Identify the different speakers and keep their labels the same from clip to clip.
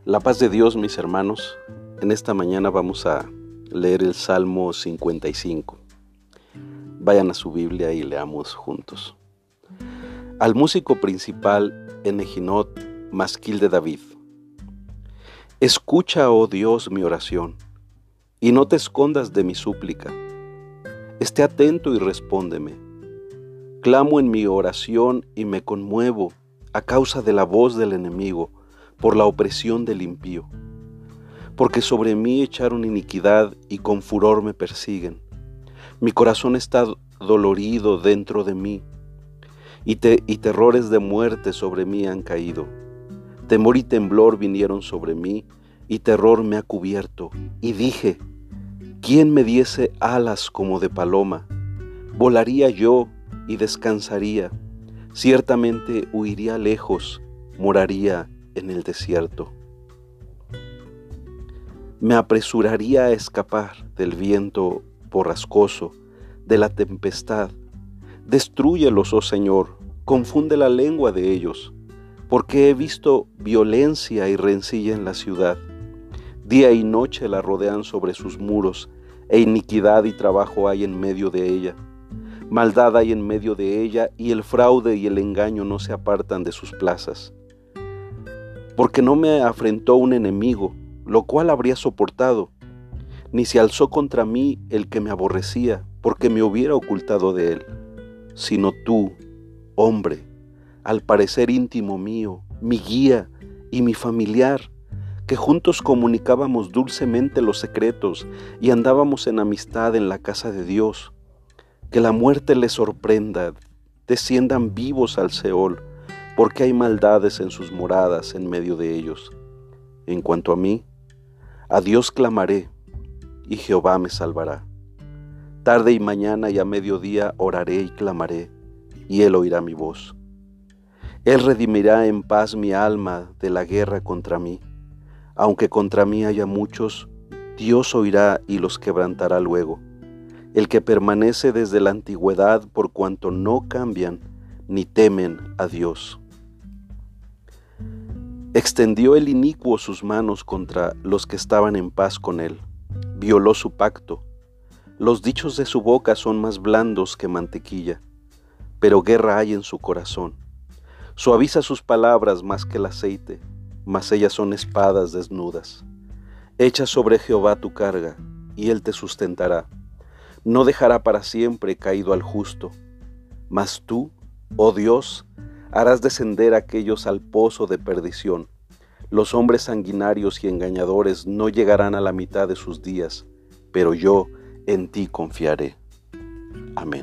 Speaker 1: La paz de Dios, mis hermanos. En esta mañana vamos a leer el Salmo 55. Vayan a su Biblia y leamos juntos. Al músico principal en Ejinot, masquil de David. Escucha, oh Dios, mi oración, y no te escondas de mi súplica. Esté atento y respóndeme. Clamo en mi oración y me conmuevo a causa de la voz del enemigo, por la opresión del impío. Porque sobre mí echaron iniquidad y con furor me persiguen. Mi corazón está dolorido dentro de mí, y terrores de muerte sobre mí han caído. Temor y temblor vinieron sobre mí, y terror me ha cubierto. Y dije, ¿quién me diese alas como de paloma? Volaría yo y descansaría. Ciertamente huiría lejos, moraría en el desierto. Me apresuraría a escapar del viento borrascoso, de la tempestad. Destrúyelos, oh Señor, confunde la lengua de ellos, porque he visto violencia y rencilla en la ciudad. Día y noche la rodean sobre sus muros, e iniquidad y trabajo hay en medio de ella. Maldad hay en medio de ella, y el fraude y el engaño no se apartan de sus plazas. Porque no me afrentó un enemigo, lo cual habría soportado, ni se alzó contra mí el que me aborrecía, porque me hubiera ocultado de él, sino tú, hombre, al parecer íntimo mío, mi guía y mi familiar, que juntos comunicábamos dulcemente los secretos y andábamos en amistad en la casa de Dios. Que la muerte les sorprenda, desciendan vivos al Seol, porque hay maldades en sus moradas en medio de ellos. En cuanto a mí, a Dios clamaré, y Jehová me salvará. Tarde y mañana y a mediodía oraré y clamaré, y Él oirá mi voz. Él redimirá en paz mi alma de la guerra contra mí. Aunque contra mí haya muchos, Dios oirá y los quebrantará luego. El que permanece desde la antigüedad por cuanto no cambian ni temen a Dios. Extendió el inicuo sus manos contra los que estaban en paz con él. Violó su pacto. Los dichos de su boca son más blandos que mantequilla, pero guerra hay en su corazón. Suaviza sus palabras más que el aceite, mas ellas son espadas desnudas. Echa sobre Jehová tu carga, y él te sustentará. No dejará para siempre caído al justo. Mas tú, oh Dios, harás descender a aquellos al pozo de perdición. Los hombres sanguinarios y engañadores no llegarán a la mitad de sus días, pero yo en ti confiaré. Amén.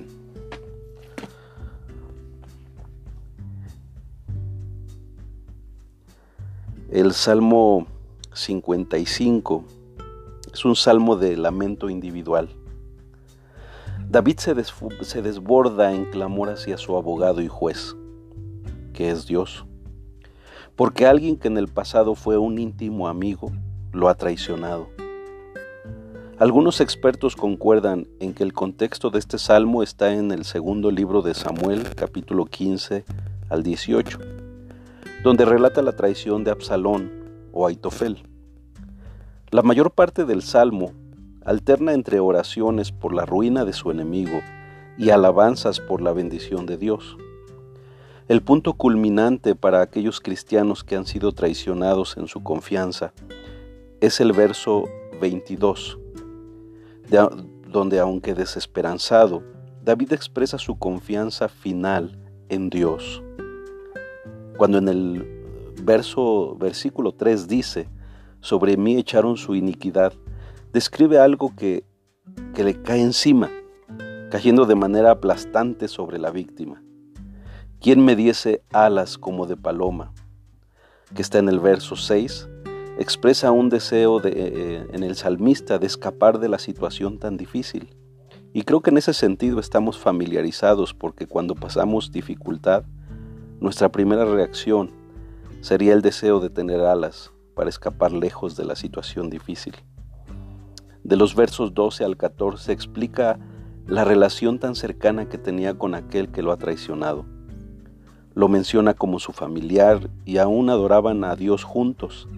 Speaker 1: El Salmo 55 es un salmo de lamento individual. David se desborda en clamor hacia su abogado y juez, que es Dios, porque alguien que en el pasado fue un íntimo amigo lo ha traicionado. Algunos expertos concuerdan en que el contexto de este salmo está en el segundo libro de Samuel, capítulo 15 al 18, donde relata la traición de Absalón o Aitofel. La mayor parte del salmo alterna entre oraciones por la ruina de su enemigo y alabanzas por la bendición de Dios. El punto culminante para aquellos cristianos que han sido traicionados en su confianza es el verso 22, donde aunque desesperanzado, David expresa su confianza final en Dios. Cuando en el versículo 3 dice, sobre mí echaron su iniquidad, describe algo que le cae encima, cayendo de manera aplastante sobre la víctima. ¿Quién me diese alas como de paloma? Que está en el verso 6, expresa un deseo en el salmista de escapar de la situación tan difícil. Y creo que en ese sentido estamos familiarizados, porque cuando pasamos dificultad, nuestra primera reacción sería el deseo de tener alas para escapar lejos de la situación difícil. De los versos 12 al 14 explica la relación tan cercana que tenía con aquel que lo ha traicionado. Lo menciona como su familiar y aún adoraban a Dios juntos.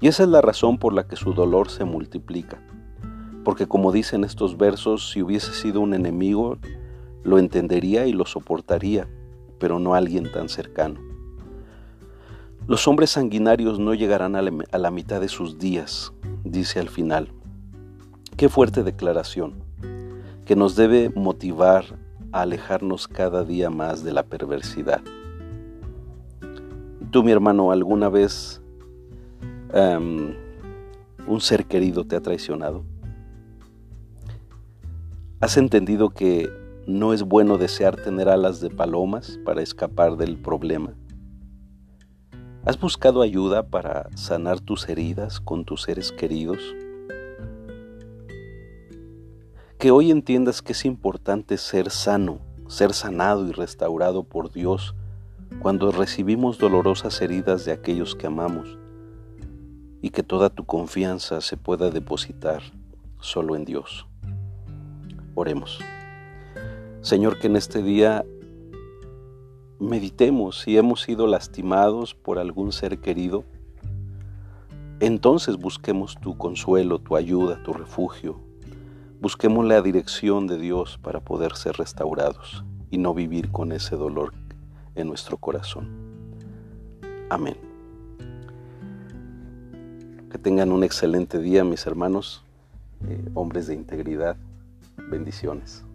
Speaker 1: Y esa es la razón por la que su dolor se multiplica. Porque como dicen estos versos, si hubiese sido un enemigo, lo entendería y lo soportaría, pero no alguien tan cercano. Los hombres sanguinarios no llegarán a la mitad de sus días, dice al final. Qué fuerte declaración, que nos debe motivar a alejarnos cada día más de la perversidad. Tú, mi hermano, ¿alguna vez un ser querido te ha traicionado? ¿Has entendido que no es bueno desear tener alas de palomas para escapar del problema? ¿Has buscado ayuda para sanar tus heridas con tus seres queridos? Que hoy entiendas que es importante ser sano, ser sanado y restaurado por Dios cuando recibimos dolorosas heridas de aquellos que amamos, y que toda tu confianza se pueda depositar solo en Dios. Oremos. Señor, que en este día meditemos si hemos sido lastimados por algún ser querido. Entonces busquemos tu consuelo, tu ayuda, tu refugio. Busquemos la dirección de Dios para poder ser restaurados y no vivir con ese dolor en nuestro corazón. Amén. Que tengan un excelente día, mis hermanos, hombres de integridad. Bendiciones.